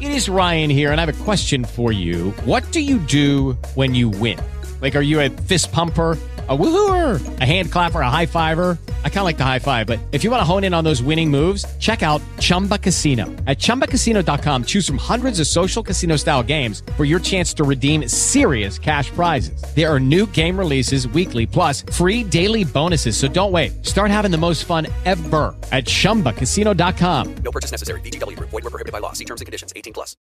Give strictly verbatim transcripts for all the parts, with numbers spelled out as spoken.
It is Ryan here, and I have a question for you. What do you do when you win? Like, are you a fist pumper, a woohooer, a hand clapper, a high fiver? I kind of like the high five, but if you want to hone in on those winning moves, check out Chumba Casino. At chumba casino dot com, choose from hundreds of social casino style games for your chance to redeem serious cash prizes. There are new game releases weekly, plus free daily bonuses. So don't wait. Start having the most fun ever at chumba casino dot com. No purchase necessary. V G W Group. Void where prohibited by law. See terms and conditions. eighteen plus.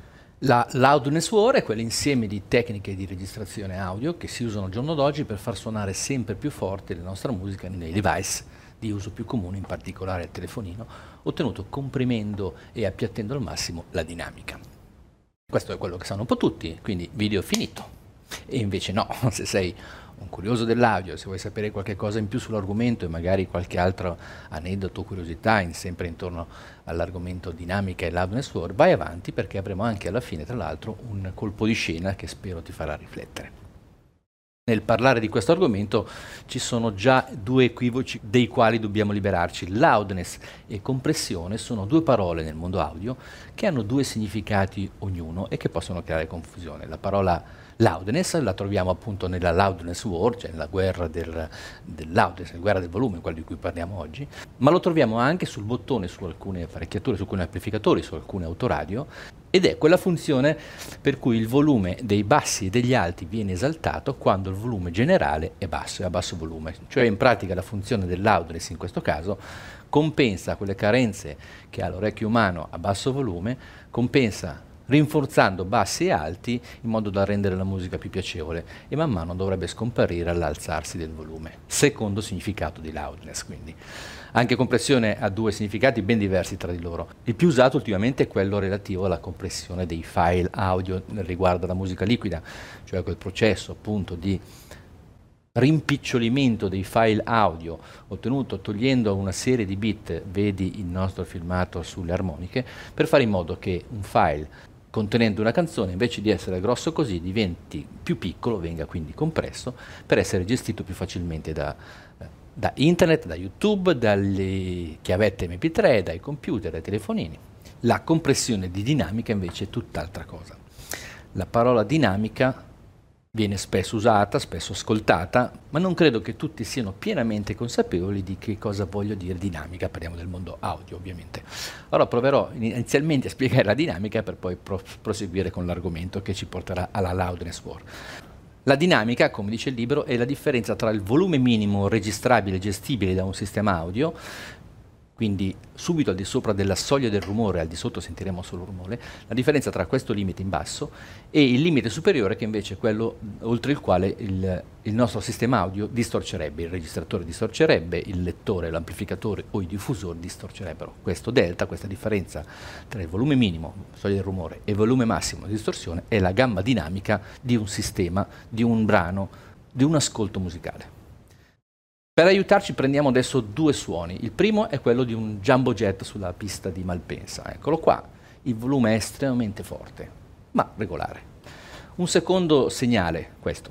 La Loudness War è quell'insieme di tecniche di registrazione audio che si usano al giorno d'oggi per far suonare sempre più forte la nostra musica nei device di uso più comune, in particolare il telefonino, ottenuto comprimendo e appiattendo al massimo la dinamica. Questo è quello che sanno un po' tutti, quindi video finito. E invece no, se sei un curioso dell'audio, se vuoi sapere qualche cosa in più sull'argomento e magari qualche altro aneddoto o curiosità in, sempre intorno all'argomento dinamica e loudness war, vai avanti, perché avremo anche alla fine, tra l'altro, un colpo di scena che spero ti farà riflettere. Nel parlare di questo argomento ci sono già due equivoci dei quali dobbiamo liberarci. Loudness e compressione sono due parole nel mondo audio che hanno due significati ognuno e che possono creare confusione. La parola loudness la troviamo appunto nella loudness war, cioè nella guerra del, del loudness, la guerra del volume, quello di cui parliamo oggi, ma lo troviamo anche sul bottone su alcune apparecchiature, su alcuni amplificatori, su alcune autoradio, ed è quella funzione per cui il volume dei bassi e degli alti viene esaltato quando il volume generale è basso, è a basso volume. Cioè in pratica la funzione del loudness in questo caso compensa quelle carenze che ha l'orecchio umano a basso volume, compensa rinforzando bassi e alti in modo da rendere la musica più piacevole, e man mano dovrebbe scomparire all'alzarsi del volume. Secondo significato di loudness, quindi. Anche compressione ha due significati ben diversi tra di loro. Il più usato ultimamente è quello relativo alla compressione dei file audio riguardo alla musica liquida, cioè quel processo appunto di rimpicciolimento dei file audio ottenuto togliendo una serie di bit, vedi il nostro filmato sulle armoniche, per fare in modo che un file contenendo una canzone, invece di essere grosso così, diventi più piccolo, venga quindi compresso, per essere gestito più facilmente da, da internet, da YouTube, dalle chiavette M P tre, dai computer, dai telefonini. La compressione di dinamica invece è tutt'altra cosa. La parola dinamica viene spesso usata, spesso ascoltata, ma non credo che tutti siano pienamente consapevoli di che cosa voglio dire dinamica. Parliamo del mondo audio, ovviamente. Allora proverò inizialmente a spiegare la dinamica per poi pro- proseguire con l'argomento che ci porterà alla loudness war. La dinamica, come dice il libro, è la differenza tra il volume minimo registrabile e gestibile da un sistema audio, quindi subito al di sopra della soglia del rumore, al di sotto sentiremo solo rumore, la differenza tra questo limite in basso e il limite superiore, che invece è quello oltre il quale il, il nostro sistema audio distorcerebbe, il registratore distorcerebbe, il lettore, l'amplificatore o i diffusori distorcerebbero. Questo delta, questa differenza tra il volume minimo, soglia del rumore, e il volume massimo di distorsione è la gamma dinamica di un sistema, di un brano, di un ascolto musicale. Per aiutarci prendiamo adesso due suoni. Il primo è quello di un jumbo jet sulla pista di Malpensa. Eccolo qua. Il volume è estremamente forte, ma regolare. Un secondo segnale, questo.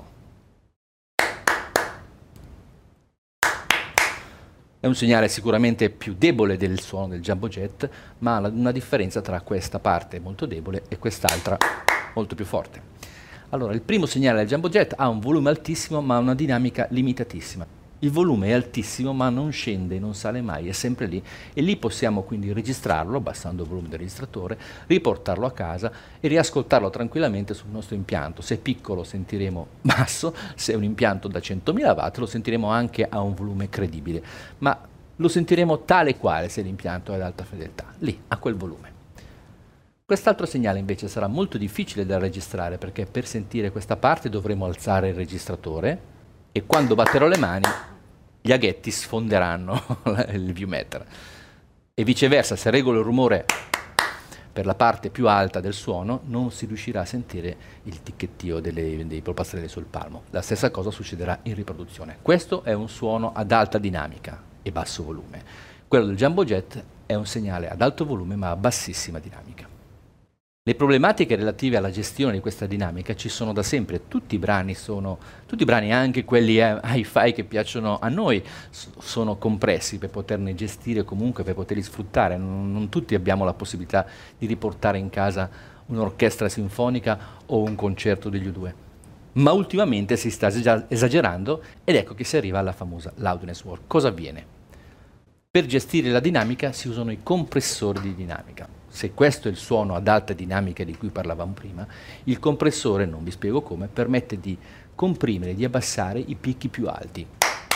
È un segnale sicuramente più debole del suono del jumbo jet, ma ha una differenza tra questa parte molto debole e quest'altra molto più forte. Allora, il primo segnale del jumbo jet ha un volume altissimo, ma una dinamica limitatissima. Il volume è altissimo ma non scende, non sale mai, è sempre lì, e lì possiamo quindi registrarlo abbassando il volume del registratore, riportarlo a casa e riascoltarlo tranquillamente sul nostro impianto. Se è piccolo sentiremo basso, se è un impianto da centomila watt lo sentiremo anche a un volume credibile, ma lo sentiremo tale e quale se l'impianto è ad alta fedeltà, lì, a quel volume. Quest'altro segnale invece sarà molto difficile da registrare, perché per sentire questa parte dovremo alzare il registratore e quando batterò le mani gli aghetti sfonderanno il viewmeter, e viceversa, se regolo il rumore per la parte più alta del suono non si riuscirà a sentire il ticchettio delle, dei polpastrelli sul palmo. La stessa cosa succederà in riproduzione. Questo è un suono ad alta dinamica e basso volume. Quello del jumbo jet è un segnale ad alto volume ma a bassissima dinamica. Le problematiche relative alla gestione di questa dinamica ci sono da sempre. Tutti i brani sono, tutti i brani, anche quelli eh, hi-fi che piacciono a noi, s- sono compressi per poterne gestire comunque, per poterli sfruttare. Non, non tutti abbiamo la possibilità di riportare in casa un'orchestra sinfonica o un concerto degli U due. Ma ultimamente si sta esager- esagerando ed ecco che si arriva alla famosa loudness war. Cosa avviene? Per gestire la dinamica si usano i compressori di dinamica. Se questo è il suono ad alta dinamica di cui parlavamo prima, il compressore, non vi spiego come, permette di comprimere, di abbassare i picchi più alti.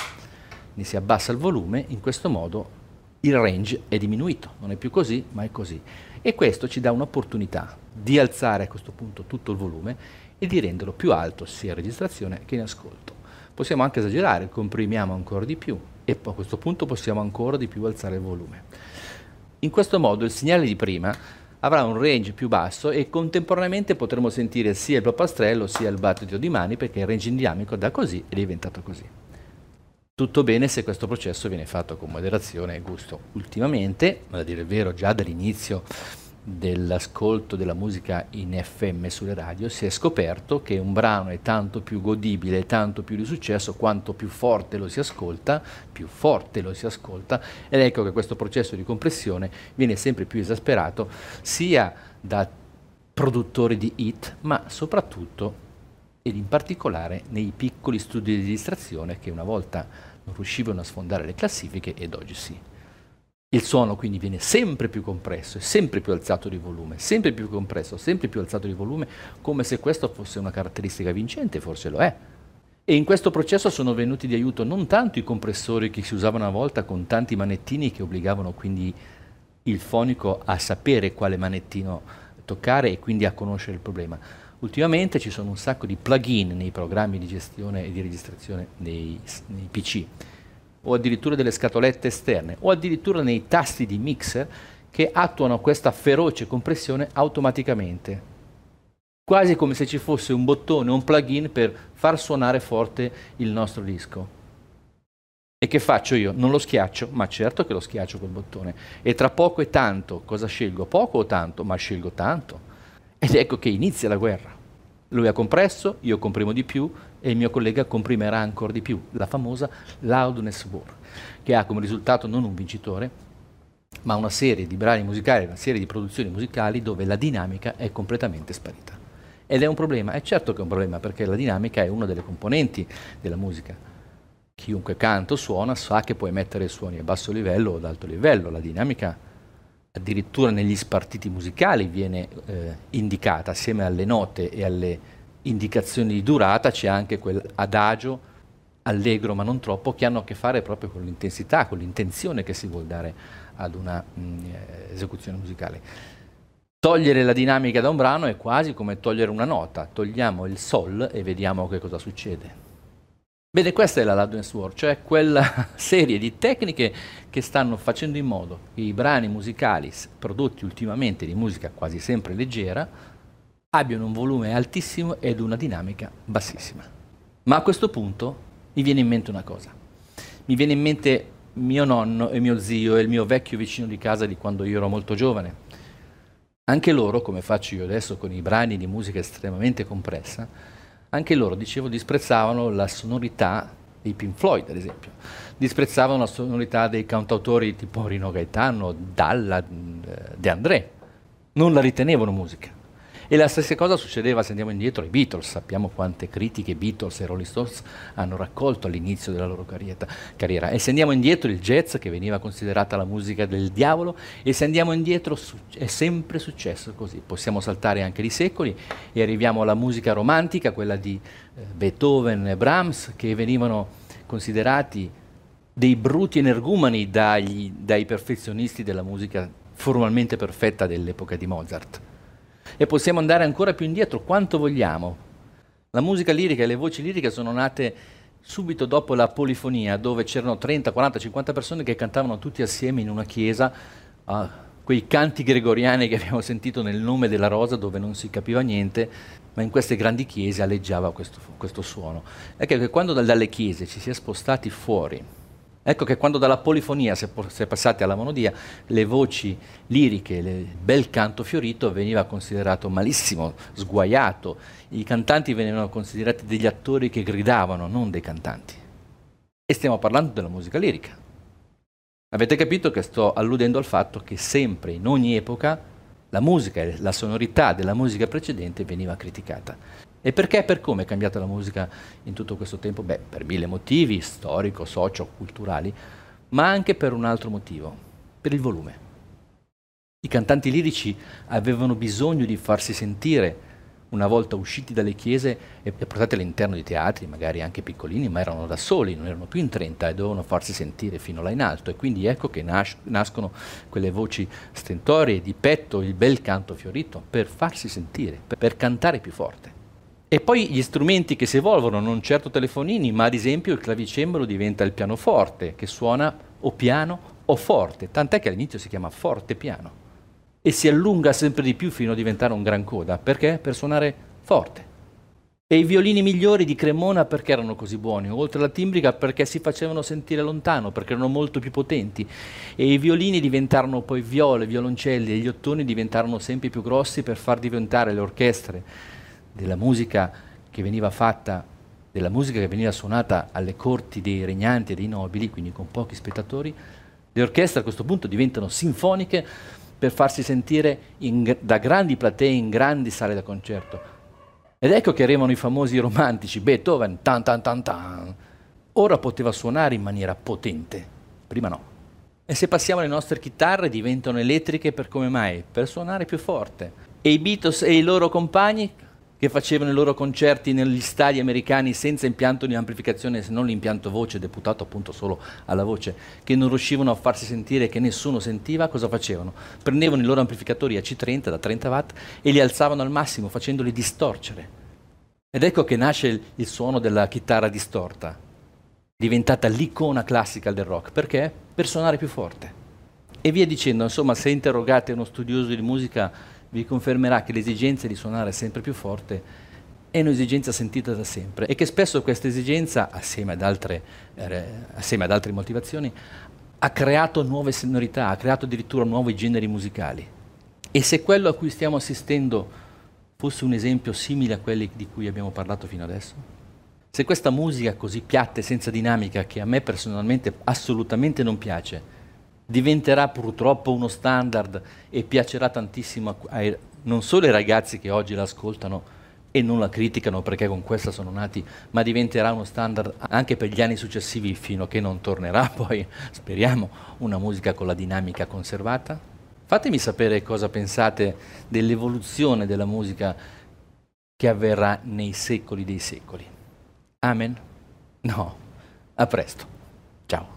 Ne si abbassa il volume, in questo modo il range è diminuito, non è più così, ma è così. E questo ci dà un'opportunità di alzare a questo punto tutto il volume e di renderlo più alto sia in registrazione che in ascolto. Possiamo anche esagerare, comprimiamo ancora di più e a questo punto possiamo ancora di più alzare il volume. In questo modo il segnale di prima avrà un range più basso e contemporaneamente potremo sentire sia il papastrello sia il battito di mani, perché il range dinamico da così è diventato così. Tutto bene se questo processo viene fatto con moderazione e gusto. Ultimamente, a dire il vero, già dall'inizio dell'ascolto della musica in F M sulle radio, si è scoperto che un brano è tanto più godibile, tanto più di successo, quanto più forte lo si ascolta, più forte lo si ascolta, ed ecco che questo processo di compressione viene sempre più esasperato sia da produttori di hit, ma soprattutto ed in particolare nei piccoli studi di registrazione che una volta non riuscivano a sfondare le classifiche ed oggi sì. Il suono quindi viene sempre più compresso e sempre più alzato di volume, sempre più compresso, sempre più alzato di volume, come se questo fosse una caratteristica vincente, forse lo è. E in questo processo sono venuti di aiuto non tanto i compressori che si usavano una volta con tanti manettini che obbligavano quindi il fonico a sapere quale manettino toccare e quindi a conoscere il problema. Ultimamente ci sono un sacco di plugin nei programmi di gestione e di registrazione nei, nei P C, o addirittura delle scatolette esterne, o addirittura nei tasti di mixer che attuano questa feroce compressione automaticamente, quasi come se ci fosse un bottone, un plugin per far suonare forte il nostro disco. E che faccio io? Non lo schiaccio? Ma certo che lo schiaccio quel bottone. E tra poco e tanto, cosa scelgo? Poco o tanto? Ma scelgo tanto. Ed ecco che inizia la guerra. Lui ha compresso, io comprimo di più e il mio collega comprimerà ancora di più, la famosa loudness war, che ha come risultato non un vincitore, ma una serie di brani musicali, una serie di produzioni musicali dove la dinamica è completamente sparita. Ed è un problema, è certo che è un problema, perché la dinamica è una delle componenti della musica. Chiunque canta o suona sa che puoi mettere suoni a basso livello o ad alto livello, la dinamica addirittura negli spartiti musicali viene eh, indicata, assieme alle note e alle indicazioni di durata c'è anche quel adagio, allegro ma non troppo, che hanno a che fare proprio con l'intensità, con l'intenzione che si vuol dare ad una mh, esecuzione musicale. Togliere la dinamica da un brano è quasi come togliere una nota, togliamo il sol e vediamo che cosa succede. Bene, questa è la loudness war, cioè quella serie di tecniche che stanno facendo in modo che i brani musicali prodotti ultimamente di musica quasi sempre leggera abbiano un volume altissimo ed una dinamica bassissima. Ma a questo punto mi viene in mente una cosa. Mi viene in mente mio nonno e mio zio e il mio vecchio vicino di casa di quando io ero molto giovane. Anche loro, come faccio io adesso con i brani di musica estremamente compressa, anche loro, dicevo, disprezzavano la sonorità dei Pink Floyd, ad esempio. Disprezzavano la sonorità dei cantautori tipo Rino Gaetano, Dalla, De André. Non la ritenevano musica. E la stessa cosa succedeva, se andiamo indietro, ai Beatles. Sappiamo quante critiche Beatles e Rolling Stones hanno raccolto all'inizio della loro carriera. E se andiamo indietro, il jazz, che veniva considerata la musica del diavolo, e se andiamo indietro è sempre successo così. Possiamo saltare anche di secoli e arriviamo alla musica romantica, quella di eh, Beethoven e Brahms, che venivano considerati dei bruti energumani dagli, dai perfezionisti della musica formalmente perfetta dell'epoca di Mozart. E possiamo andare ancora più indietro, quanto vogliamo. La musica lirica e le voci liriche sono nate subito dopo la polifonia, dove c'erano trenta, quaranta, cinquanta persone che cantavano tutti assieme in una chiesa, uh, quei canti gregoriani che abbiamo sentito nel Nome della Rosa, dove non si capiva niente, ma in queste grandi chiese alleggiava questo, questo suono. Ecco che quando dalle chiese ci si è spostati fuori Ecco che quando dalla polifonia si è, po- si è passati alla monodia, le voci liriche, il bel canto fiorito veniva considerato malissimo, sguaiato. I cantanti venivano considerati degli attori che gridavano, non dei cantanti. E stiamo parlando della musica lirica. Avete capito che sto alludendo al fatto che sempre, in ogni epoca, la musica e la sonorità della musica precedente veniva criticata. E perché e per come è cambiata la musica in tutto questo tempo? Beh, per mille motivi, storico, socio, culturali, ma anche per un altro motivo, per il volume. I cantanti lirici avevano bisogno di farsi sentire una volta usciti dalle chiese e portati all'interno di teatri, magari anche piccolini, ma erano da soli, non erano più in trenta e dovevano farsi sentire fino là in alto. E quindi ecco che nas- nascono quelle voci stentorie, di petto, il bel canto fiorito, per farsi sentire, per, per cantare più forte. E poi gli strumenti che si evolvono, non certo telefonini, ma ad esempio il clavicembalo diventa il pianoforte, che suona o piano o forte, tant'è che all'inizio si chiama forte piano. E si allunga sempre di più fino a diventare un gran coda. Perché? Per suonare forte. E i violini migliori di Cremona perché erano così buoni? Oltre alla timbrica perché si facevano sentire lontano, perché erano molto più potenti. E i violini diventarono poi viole, violoncelli, e gli ottoni diventarono sempre più grossi per far diventare le orchestre della musica che veniva fatta, della musica che veniva suonata alle corti dei regnanti e dei nobili, quindi con pochi spettatori. Le orchestre a questo punto diventano sinfoniche per farsi sentire in, da grandi platee in grandi sale da concerto. Ed ecco che arrivano i famosi romantici, Beethoven, tan tan tan tan. Ora poteva suonare in maniera potente, prima no. E se passiamo alle nostre chitarre diventano elettriche per come mai? Per suonare più forte. E i Beatles e i loro compagni che facevano i loro concerti negli stadi americani senza impianto di amplificazione, se non l'impianto voce, deputato appunto solo alla voce, che non riuscivano a farsi sentire, che nessuno sentiva, cosa facevano? Prendevano i loro amplificatori A C trenta da trenta watt e li alzavano al massimo, facendoli distorcere. Ed ecco che nasce il, il suono della chitarra distorta, diventata l'icona classica del rock. Perché? Per suonare più forte. E via dicendo, insomma, se interrogate uno studioso di musica vi confermerà che l'esigenza di suonare sempre più forte è un'esigenza sentita da sempre e che spesso questa esigenza, assieme ad altre, eh, assieme ad altre motivazioni, ha creato nuove sonorità, ha creato addirittura nuovi generi musicali. E se quello a cui stiamo assistendo fosse un esempio simile a quelli di cui abbiamo parlato fino adesso? Se questa musica così piatta e senza dinamica, che a me personalmente assolutamente non piace, diventerà purtroppo uno standard e piacerà tantissimo ai, non solo ai ragazzi che oggi la ascoltano e non la criticano perché con questa sono nati, ma diventerà uno standard anche per gli anni successivi fino a che non tornerà poi, speriamo, una musica con la dinamica conservata? Fatemi sapere cosa pensate dell'evoluzione della musica che avverrà nei secoli dei secoli. Amen? No. A presto. Ciao.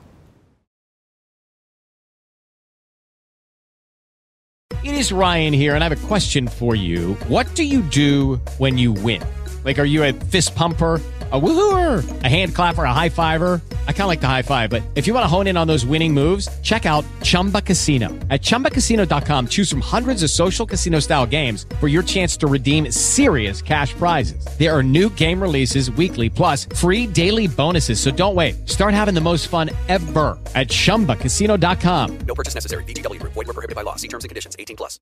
It is Ryan here, and I have a question for you. What do you do when you win? Like, are you a fist pumper, a woohooer, a hand clapper, a high fiver? I kind of like the high five, but if you want to hone in on those winning moves, check out Chumba Casino. At chumba casino dot com, choose from hundreds of social casino style games for your chance to redeem serious cash prizes. There are new game releases weekly, plus free daily bonuses. So don't wait. Start having the most fun ever at chumba casino dot com. No purchase necessary. V G W Group. Void where prohibited by law. See terms and conditions. eighteen plus.